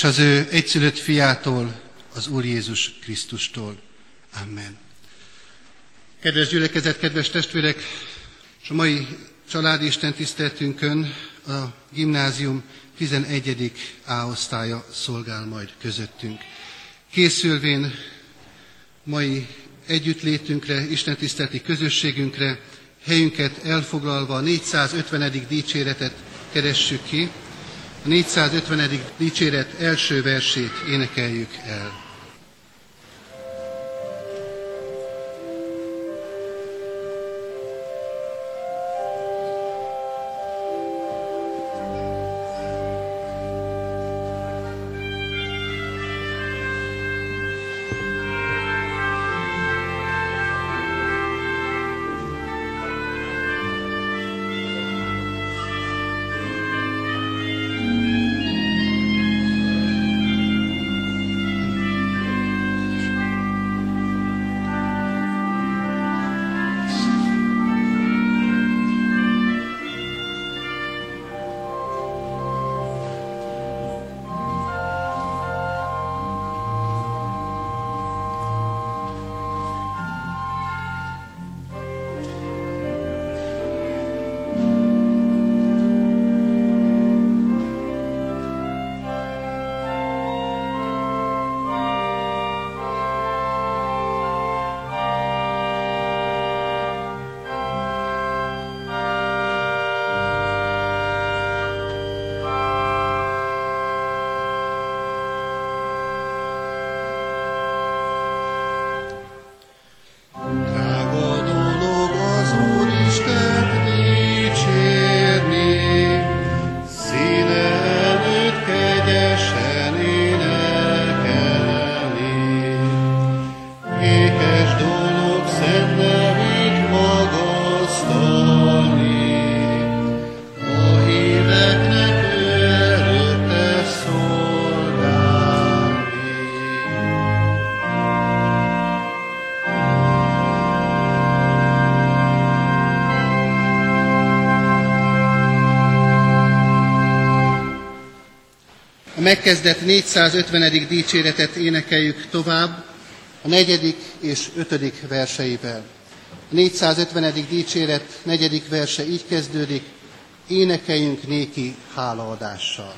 és az ő egyszülött fiától, az Úr Jézus Krisztustól. Amen. Kedves gyülekezet, kedves testvérek, és a mai családi istentiszteltünkön a gimnázium 11. A osztálya szolgál majd közöttünk. Készülvén mai együttlétünkre, istentiszteleti közösségünkre, helyünket elfoglalva a 450. dicséretet keressük ki. A 450. dicséret első versét énekeljük el. A megkezdett 450. dicséretet énekeljük tovább a 4. és 5. verseivel. A 450. dicséret 4. verse így kezdődik: énekeljünk néki hálaadással.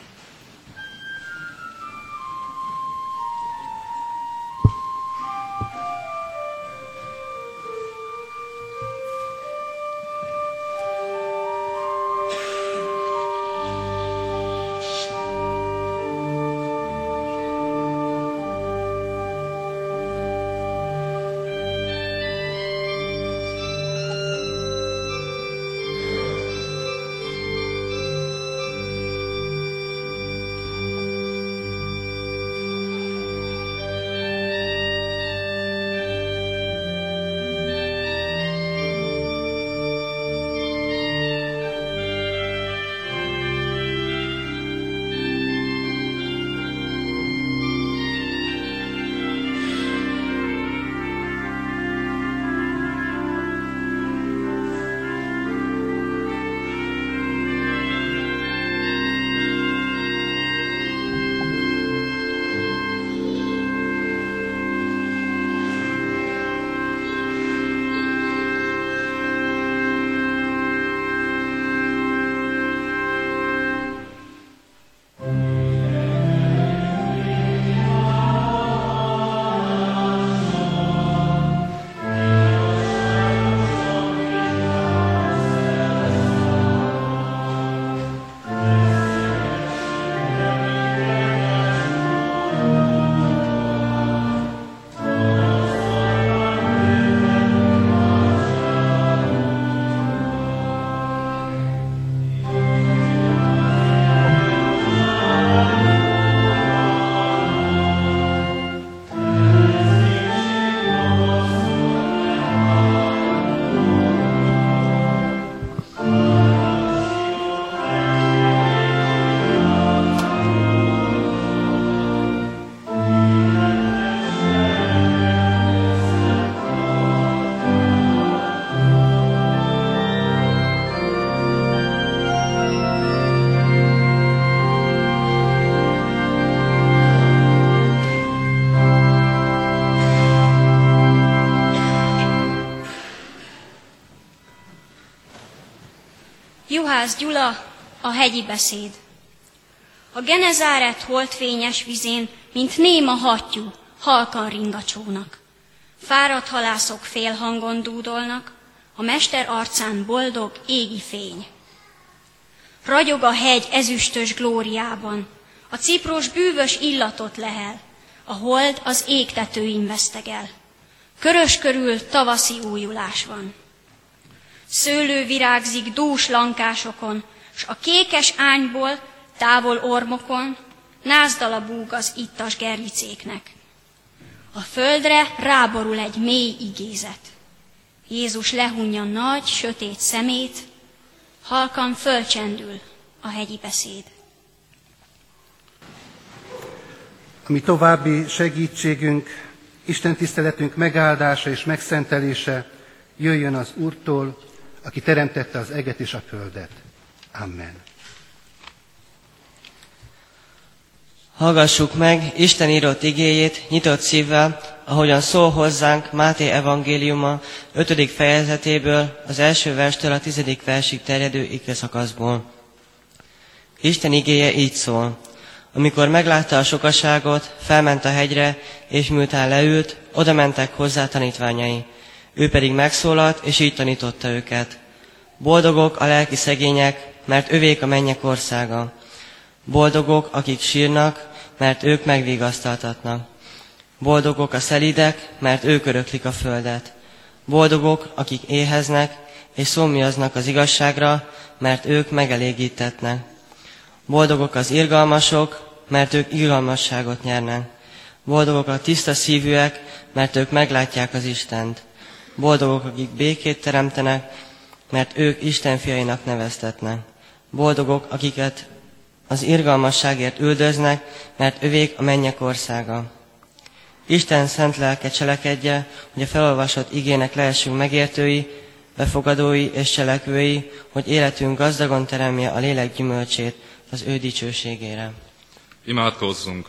Juhász Gyula, a hegyi beszéd. A Genezáret holdfényes vizén, mint néma hattyú, halkan ringacsónak. Fáradt halászok félhangon dúdolnak, a mester arcán boldog égi fény. Ragyog a hegy ezüstös glóriában, a ciprus bűvös illatot lehel, a hold az ég tetőin vesztegel. Körös körül tavaszi újulás van. Szőlő virágzik dús lankásokon, s a kékes ányból, távol ormokon nászdala búg az ittas gerlicéknek. A földre ráborul egy mély igézet. Jézus lehunja nagy, sötét szemét, halkan fölcsendül a hegyi beszéd. Ami további segítségünk, Isten tiszteletünk megáldása és megszentelése jöjjön az Úrtól, aki teremtette az eget és a földet. Amen. Hallgassuk meg Isten írott igéjét nyitott szívvel, ahogyan szól hozzánk Máté evangéliuma 5. fejezetéből, az első verstől a 10. versig terjedő igeszakaszból. Isten igéje így szól. Amikor meglátta a sokaságot, felment a hegyre, és miután leült, oda mentek hozzá tanítványai. Ő pedig megszólalt, és így tanította őket. Boldogok a lelki szegények, mert övék a mennyek országa. Boldogok, akik sírnak, mert ők megvigasztaltatnak. Boldogok a szelídek, mert ők öröklik a földet. Boldogok, akik éheznek, és szomjaznak az igazságra, mert ők megelégítetnek. Boldogok az irgalmasok, mert ők irgalmasságot nyernek. Boldogok a tiszta szívűek, mert ők meglátják az Istent. Boldogok, akik békét teremtenek, mert ők Isten fiainak neveztetnek. Boldogok, akiket az irgalmasságért üldöznek, mert övék a mennyek országa. Isten szent lelke cselekedje, hogy a felolvasott igének lehessünk megértői, befogadói és cselekvői, hogy életünk gazdagon teremje a lélek gyümölcsét az ő dicsőségére. Imádkozzunk!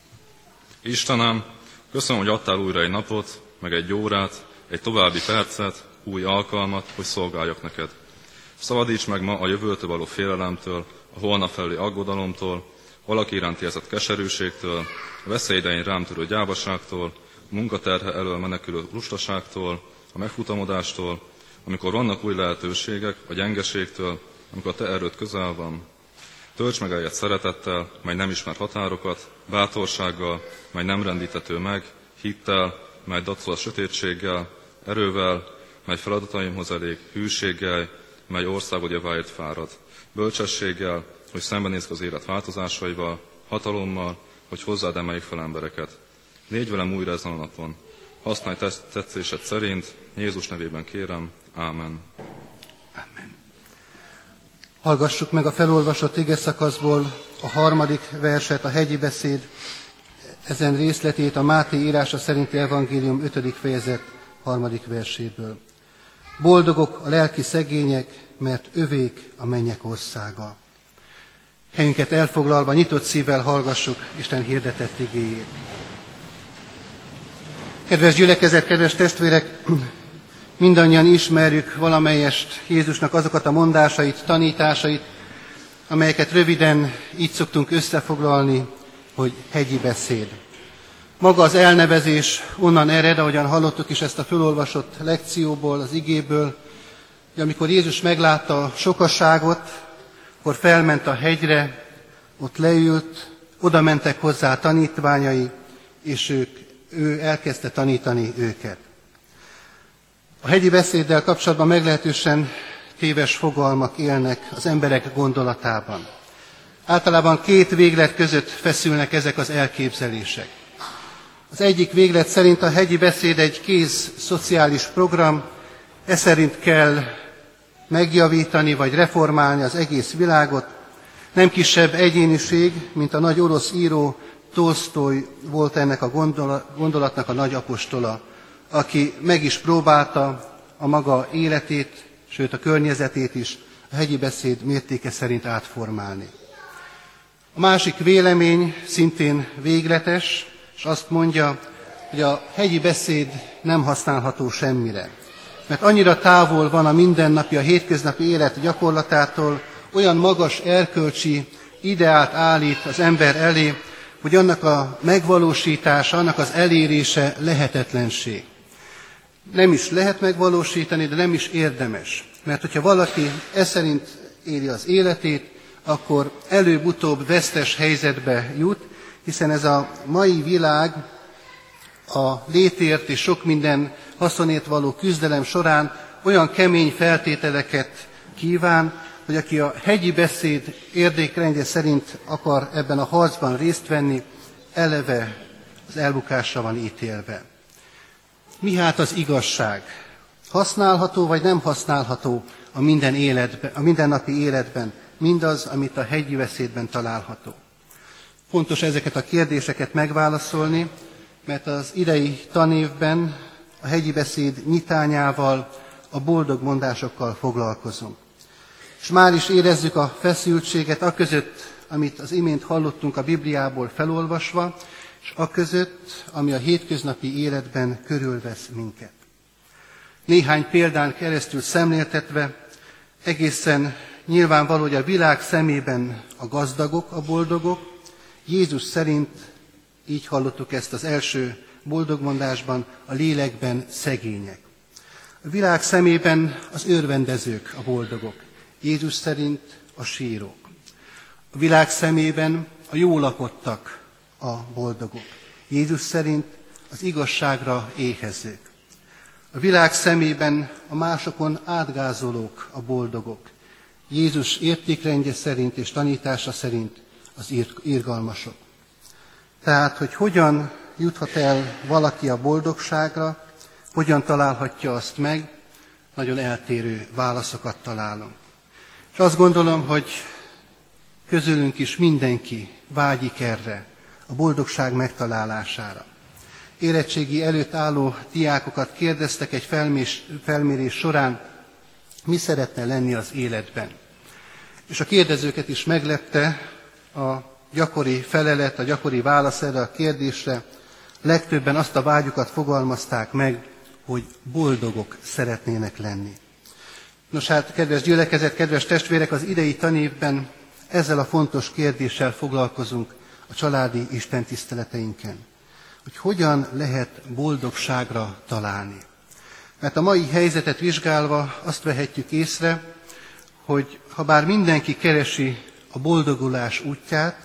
Istenem, köszönöm, hogy adtál újra egy napot, meg egy órát, egy további percet, új alkalmat, hogy szolgáljak neked. Szabadíts meg ma a jövőtől való félelemtől, a holnap felüli aggodalomtól, valaki iránti érzett keserűségtől, a veszélyidején rám törő gyávaságtól, a munkaterhe elől menekülő lustaságtól, a megfutamodástól, amikor vannak új lehetőségek, a gyengeségtől, amikor a te erőd közel van. Tölts meg eljött szeretettel, mely nem ismer határokat, bátorsággal, mely nem rendítető meg, hittel, mely dacol a sötétséggel, erővel, mely feladataimhoz elég, hűséggel, mely országod javáért fárad, bölcsességgel, hogy szembenézz az élet változásaival, hatalommal, hogy hozzád emeljük fel embereket. Légy velem újra ezen a napon. Használj tetszésed szerint, Jézus nevében kérem. Ámen. Amen. Hallgassuk meg a felolvasott igeszakaszból a 3. verset, a hegyi beszéd, ezen részletét a Máté írása szerinti evangélium 5. fejezet 3. verséből. Boldogok a lelki szegények, mert övék a mennyek országa. Helyünket elfoglalva, nyitott szívvel hallgassuk Isten hirdetett igéjét. Kedves gyülekezet, kedves testvérek, mindannyian ismerjük valamelyest Jézusnak azokat a mondásait, tanításait, amelyeket röviden így szoktunk összefoglalni, hogy hegyi beszéd. Maga az elnevezés onnan ered, ahogyan hallottuk is ezt a felolvasott lekcióból, az igéből, hogy amikor Jézus meglátta a sokaságot, akkor felment a hegyre, ott leült, oda mentek hozzá a tanítványai, és ő elkezdte tanítani őket. A hegyi beszéddel kapcsolatban meglehetősen téves fogalmak élnek az emberek gondolatában. Általában két véglet között feszülnek ezek az elképzelések. Az egyik véglet szerint a hegyi beszéd egy kész szociális program, ez szerint kell megjavítani vagy reformálni az egész világot. Nem kisebb egyéniség, mint a nagy orosz író Tolsztoj volt ennek a gondolatnak a nagy apostola, aki meg is próbálta a maga életét, sőt a környezetét is a hegyi beszéd mértéke szerint átformálni. A másik vélemény szintén végletes, és azt mondja, hogy a hegyi beszéd nem használható semmire. mert annyira távol van a mindennapi, a hétköznapi élet gyakorlatától, olyan magas erkölcsi ideált állít az ember elé, hogy annak a megvalósítása, annak az elérése lehetetlenség. Nem is lehet megvalósítani, de nem is érdemes. Mert hogyha valaki szerint éli az életét, akkor előbb-utóbb vesztes helyzetbe jut, hiszen ez a mai világ a létért és sok minden haszonért való küzdelem során olyan kemény feltételeket kíván, hogy aki a hegyi beszéd értékrendje szerint akar ebben a harcban részt venni, eleve az elbukásra van ítélve. Mi hát az igazság? Használható vagy nem használható a mindennapi életben, mindaz, amit a hegyi beszédben található? Fontos ezeket a kérdéseket megválaszolni, mert az idei tanévben a hegyi beszéd nyitányával, a boldog mondásokkal foglalkozunk. És már is érezzük a feszültséget aközött, amit az imént hallottunk a Bibliából felolvasva, és aközött, ami a hétköznapi életben körülvesz minket. Néhány példán keresztül szemléltetve egészen nyilvánvaló, hogy a világ szemében a gazdagok a boldogok, Jézus szerint, így hallottuk ezt az első boldogmondásban, a lélekben szegények. A világ szemében az örvendezők a boldogok, Jézus szerint a sírók. A világ szemében a jól lakottak a boldogok, Jézus szerint az igazságra éhezők. A világ szemében a másokon átgázolók a boldogok, Jézus értékrendje szerint és tanítása szerint az irgalmasok. Tehát, hogy hogyan juthat el valaki a boldogságra, hogyan találhatja azt meg, nagyon eltérő válaszokat találunk. És azt gondolom, hogy közülünk is mindenki vágyik erre, a boldogság megtalálására. Érettségi előtt álló diákokat kérdeztek egy felmérés során, mi szeretne lenni az életben. És a kérdezőket is meglepte a gyakori felelet, a gyakori válasz erre a kérdésre. Legtöbben azt a vágyukat fogalmazták meg, hogy boldogok szeretnének lenni. Nos hát, kedves gyülekezet, kedves testvérek, az idei tanévben ezzel a fontos kérdéssel foglalkozunk a családi istentiszteleteinken. Hogy hogyan lehet boldogságra találni. Mert a mai helyzetet vizsgálva azt vehetjük észre, hogy ha bár mindenki keresi a boldogulás útját,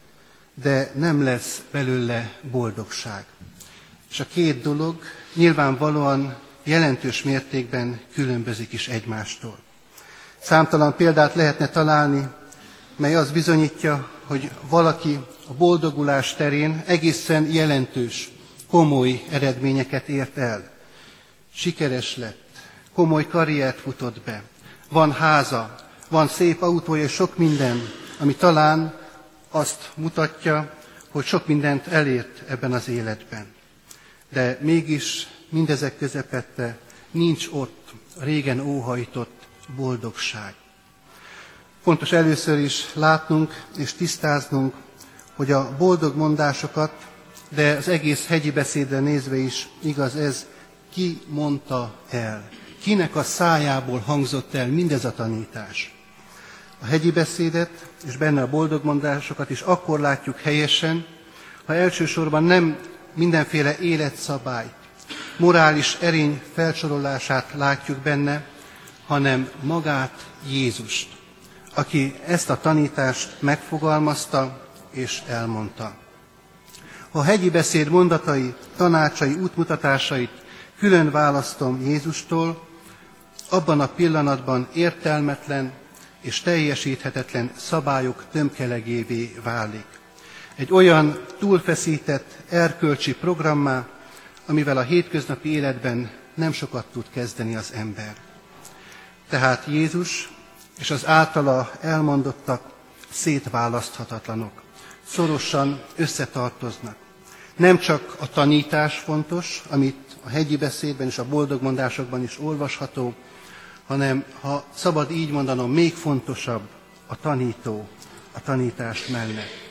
de nem lesz belőle boldogság. És a két dolog nyilvánvalóan jelentős mértékben különbözik is egymástól. Számtalan példát lehetne találni, mely azt bizonyítja, hogy valaki a boldogulás terén egészen jelentős, komoly eredményeket ért el. Sikeres lett, komoly karriert futott be, van háza, van szép autója és sok minden, ami talán azt mutatja, hogy sok mindent elért ebben az életben. De mégis mindezek közepette nincs ott régen óhajtott boldogság. Fontos először is látnunk és tisztáznunk, hogy a boldog mondásokat, de az egész hegyi beszédre nézve is igaz ez, ki mondta el, kinek a szájából hangzott el mindez a tanítás. A hegyi beszédet és benne a boldog mondásokat is akkor látjuk helyesen, ha elsősorban nem mindenféle életszabályt, morális erény felsorolását látjuk benne, hanem magát, Jézust, aki ezt a tanítást megfogalmazta és elmondta. Ha a hegyi beszéd mondatai, tanácsai, útmutatásait külön választom Jézustól, abban a pillanatban értelmetlen és teljesíthetetlen szabályok tömkelegévé válik. Egy olyan túlfeszített erkölcsi programmá, amivel a hétköznapi életben nem sokat tud kezdeni az ember. Tehát Jézus és az általa elmondottak szétválaszthatatlanok, szorosan összetartoznak. Nem csak a tanítás fontos, amit a hegyi beszédben és a boldog mondásokban is olvasható, hanem, ha szabad így mondanom, még fontosabb a tanító a tanítás mellett.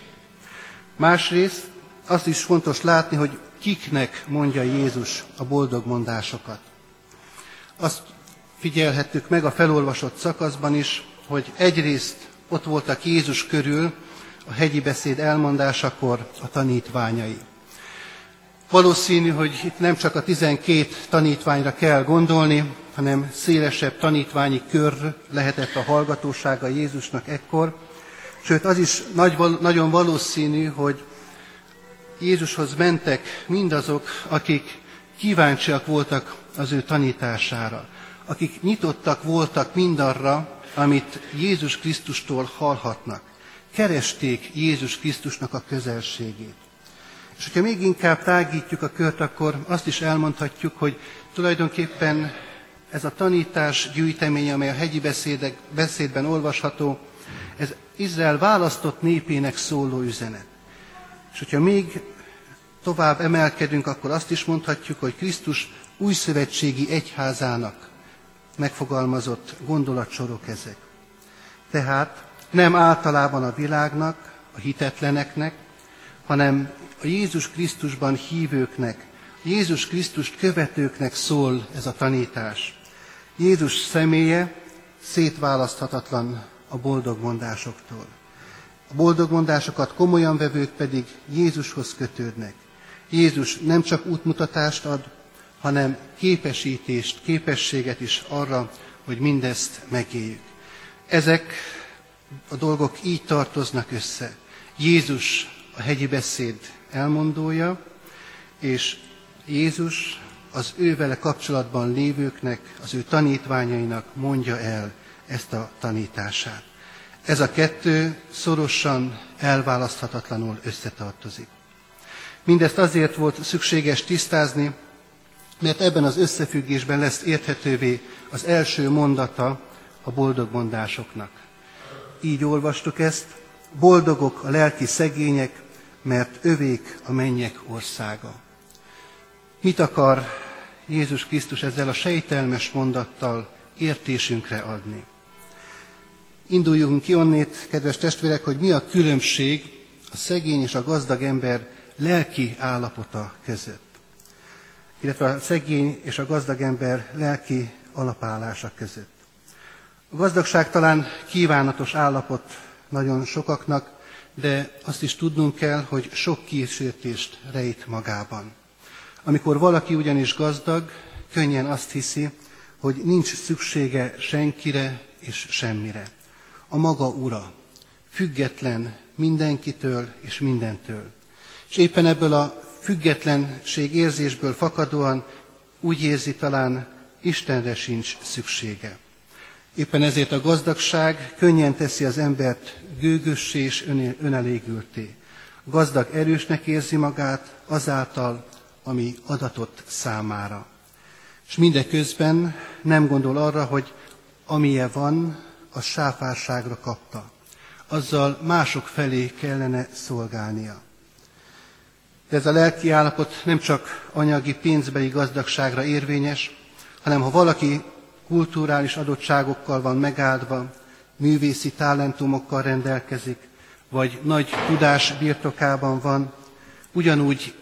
Másrészt azt is fontos látni, hogy kiknek mondja Jézus a boldog mondásokat. Azt figyelhettük meg a felolvasott szakaszban is, hogy egyrészt ott voltak Jézus körül a hegyi beszéd elmondásakor a tanítványai. Valószínű, hogy itt nem csak a 12 tanítványra kell gondolni, hanem szélesebb tanítványi kör lehetett a hallgatósága Jézusnak ekkor. Sőt, az is nagyon valószínű, hogy Jézushoz mentek mindazok, akik kíváncsiak voltak az ő tanítására, akik nyitottak voltak mindarra, amit Jézus Krisztustól hallhatnak. Keresték Jézus Krisztusnak a közelségét. És hogyha még inkább tágítjuk a kört, akkor azt is elmondhatjuk, hogy tulajdonképpen ez a tanítás gyűjtemény, amely a hegyi beszédben olvasható, ez Izrael választott népének szóló üzenet. És hogyha még tovább emelkedünk, akkor azt is mondhatjuk, hogy Krisztus újszövetségi egyházának megfogalmazott gondolatsorok ezek. Tehát nem általában a világnak, a hitetleneknek, hanem a Jézus Krisztusban hívőknek, Jézus Krisztust követőknek szól ez a tanítás. Jézus személye szétválaszthatatlan a boldogmondásoktól. A boldogmondásokat komolyan vevők pedig Jézushoz kötődnek. Jézus nem csak útmutatást ad, hanem képesítést, képességet is arra, hogy mindezt megéljük. Ezek a dolgok így tartoznak össze. Jézus a hegyi beszéd elmondója, és Jézus az ővele kapcsolatban lévőknek, az ő tanítványainak mondja el ezt a tanítását. Ez a kettő szorosan, elválaszthatatlanul összetartozik. Mindezt azért volt szükséges tisztázni, mert ebben az összefüggésben lesz érthetővé az első mondata a boldogmondásoknak. Így olvastuk ezt: boldogok a lelki szegények, mert övék a mennyek országa. Mit akar Jézus Krisztus ezzel a sejtelmes mondattal értésünkre adni? Induljunk ki onnét, kedves testvérek, hogy mi a különbség a szegény és a gazdag ember lelki állapota között, illetve a szegény és a gazdag ember lelki alapállása között. A gazdagság talán kívánatos állapot nagyon sokaknak, de azt is tudnunk kell, hogy sok kísértést rejt magában. Amikor valaki ugyanis gazdag, könnyen azt hiszi, hogy nincs szüksége senkire és semmire. A maga ura, független mindenkitől és mindentől. És éppen ebből a függetlenség érzésből fakadóan úgy érzi talán, Istenre sincs szüksége. Éppen ezért a gazdagság könnyen teszi az embert gőgössé és önelégülté. A gazdag erősnek érzi magát azáltal, ami adatott számára. És mindeközben nem gondol arra, hogy amilyen van, az sáfárságra kapta. Azzal mások felé kellene szolgálnia. De ez a lelki állapot nem csak anyagi, pénzbeli gazdagságra érvényes, hanem ha valaki kulturális adottságokkal van megáldva, művészi talentumokkal rendelkezik, vagy nagy tudás birtokában van, ugyanúgy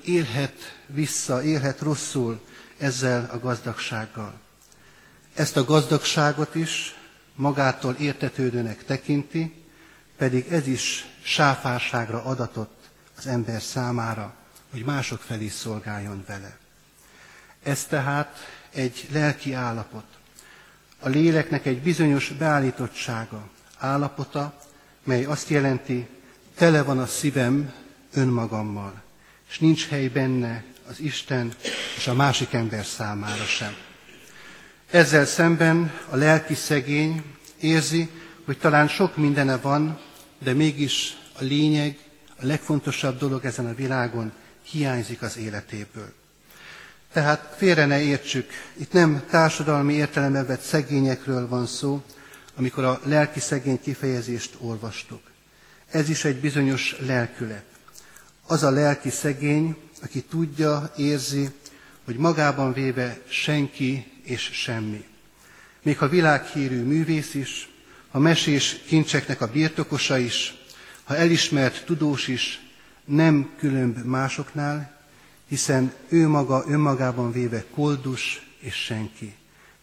élhet rosszul ezzel a gazdagsággal. Ezt a gazdagságot is magától értetődőnek tekinti, pedig ez is sáfárságra adatott az ember számára, hogy mások felé szolgáljon vele. Ez tehát egy lelki állapot. A léleknek egy bizonyos beállítottsága, állapota, mely azt jelenti, tele van a szívem önmagammal, és nincs hely benne az Isten és a másik ember számára sem. Ezzel szemben a lelki szegény érzi, hogy talán sok mindene van, de mégis a lényeg, a legfontosabb dolog ezen a világon hiányzik az életéből. Tehát félre ne értsük, itt nem társadalmi értelemben vett szegényekről van szó, amikor a lelki szegény kifejezést olvastuk. Ez is egy bizonyos lelkület. Az a lelki szegény, aki tudja, érzi, hogy magában véve senki és semmi. Még ha világhírű művész is, ha mesés kincseknek a birtokosa is, ha elismert tudós is, nem különb másoknál, hiszen ő maga önmagában véve koldus és senki.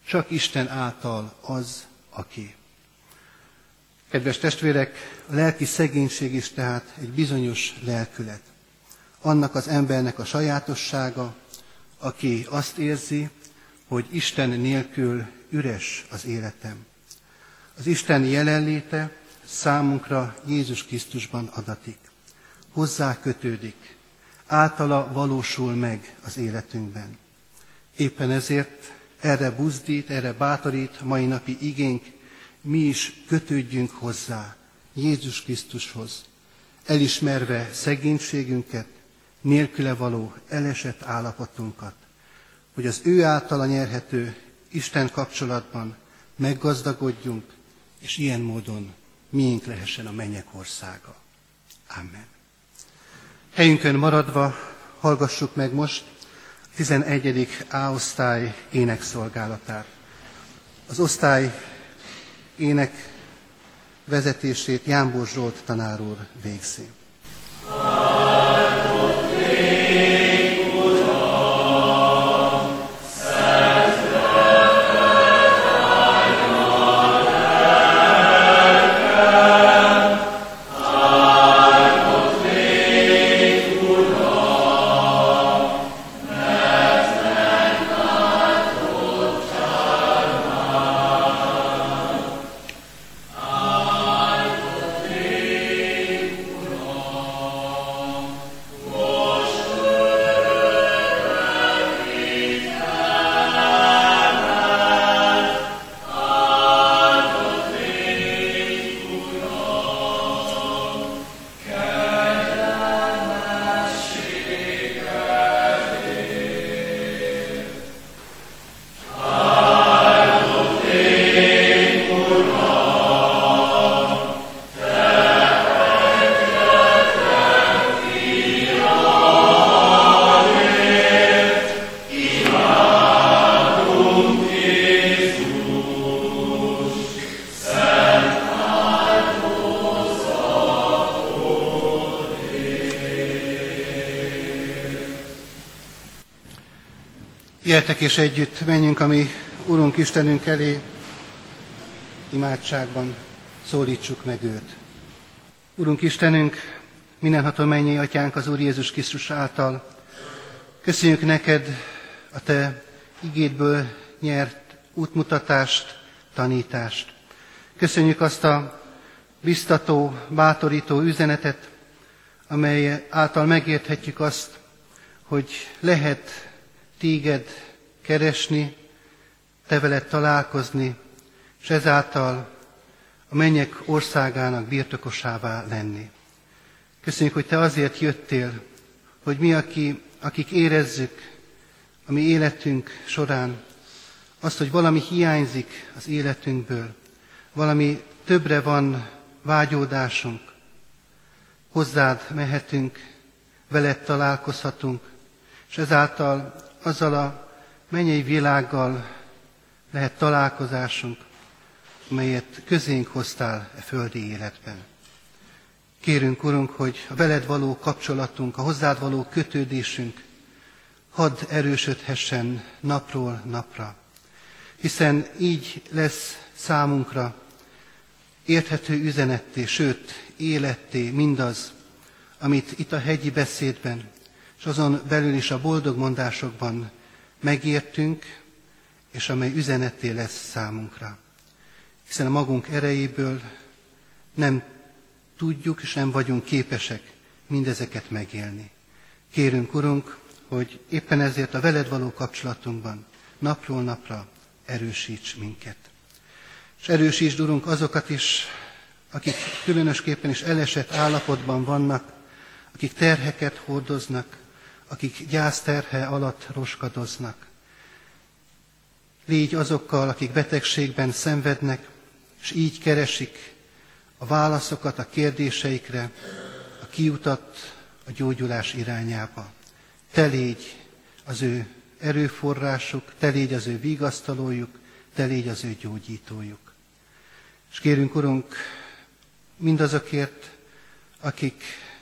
Csak Isten által az, aki. Kedves testvérek, a lelki szegénység is tehát egy bizonyos lelkület. Annak az embernek a sajátossága, aki azt érzi, hogy Isten nélkül üres az életem. Az Isten jelenléte számunkra Jézus Krisztusban adatik. Hozzá kötődik, általa valósul meg az életünkben. Éppen ezért erre buzdít, erre bátorít mai napi igénk, mi is kötődjünk hozzá, Jézus Krisztushoz, elismerve szegénységünket, nélküle való elesett állapotunkat, hogy az ő általa nyerhető Isten kapcsolatban meggazdagodjunk, és ilyen módon miénk lehessen a mennyek országa. Amen. Helyünkön maradva hallgassuk meg most a 11. A-osztály énekszolgálatát. Az osztály ének vezetését Jánbor Zsolt tanár úr végzi. Gyertek és együtt menjünk a mi Urunk Istenünk elé, imádságban szólítsuk meg őt. Urunk Istenünk, mindenható mennyei Atyánk az Úr Jézus Krisztus által, köszönjük neked a te igédből nyert útmutatást, tanítást. Köszönjük azt a biztató, bátorító üzenetet, amely által megérthetjük azt, hogy lehet téged keresni, te veled találkozni, és ezáltal a mennyek országának birtokosává lenni. Köszönjük, hogy te azért jöttél, hogy mi, akik érezzük a mi életünk során azt, hogy valami hiányzik az életünkből, valami többre van vágyódásunk, hozzád mehetünk, veled találkozhatunk, és ezáltal azzal a mennyei világgal lehet találkozásunk, amelyet közénk hoztál e földi életben. Kérünk, Urunk, hogy a veled való kapcsolatunk, a hozzád való kötődésünk hadd erősödhessen napról napra, hiszen így lesz számunkra érthető üzenetté, sőt, életté mindaz, amit itt a hegyi beszédben, és azon belül is a boldog mondásokban megértünk, és amely üzenetté lesz számunkra. Hiszen a magunk erejéből nem tudjuk, és nem vagyunk képesek mindezeket megélni. Kérünk, Urunk, hogy éppen ezért a veled való kapcsolatunkban napról napra erősíts minket. És erősítsd, Urunk, azokat is, akik különösképpen is elesett állapotban vannak, akik terheket hordoznak, akik gyászterhe alatt roskadoznak. Légy azokkal, akik betegségben szenvednek, és így keresik a válaszokat a kérdéseikre, a kiutat a gyógyulás irányába. Te légy az ő erőforrásuk, te légy az ő vigasztalójuk, te légy az ő gyógyítójuk. És kérünk, Urunk, mindazokért, akik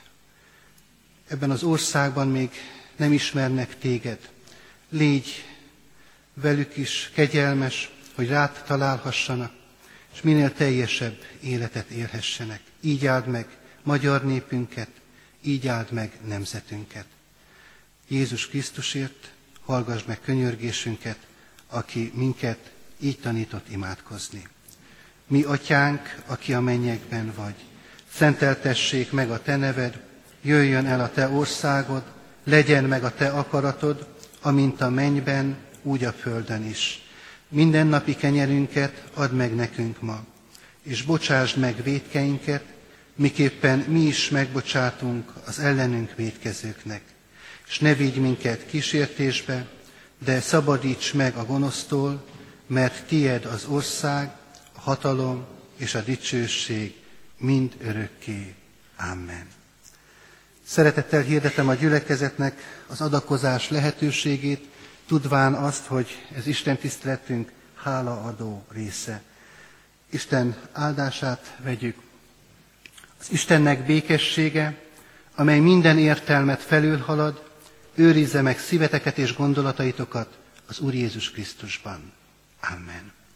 ebben az országban még nem ismernek téged, légy velük is kegyelmes, hogy rád találhassanak, és minél teljesebb életet élhessenek. Így áld meg magyar népünket, így áld meg nemzetünket. Jézus Krisztusért hallgass meg könyörgésünket, aki minket így tanított imádkozni. Mi atyánk, aki a mennyekben vagy, szenteltessék meg a te neved, jöjjön el a te országod, legyen meg a te akaratod, amint a mennyben, úgy a földön is. Mindennapi kenyerünket add meg nekünk ma, és bocsásd meg vétkeinket, miképpen mi is megbocsátunk az ellenünk vétkezőknek. És ne vigy minket kísértésbe, de szabadíts meg a gonosztól, mert tied az ország, a hatalom és a dicsőség mind örökké. Amen. Szeretettel hirdetem a gyülekezetnek az adakozás lehetőségét, tudván azt, hogy ez Isten tiszteletünk hálaadó része. Isten áldását vegyük. Az Istennek békessége, amely minden értelmet felülhalad, őrizze meg szíveteket és gondolataitokat az Úr Jézus Krisztusban. Amen.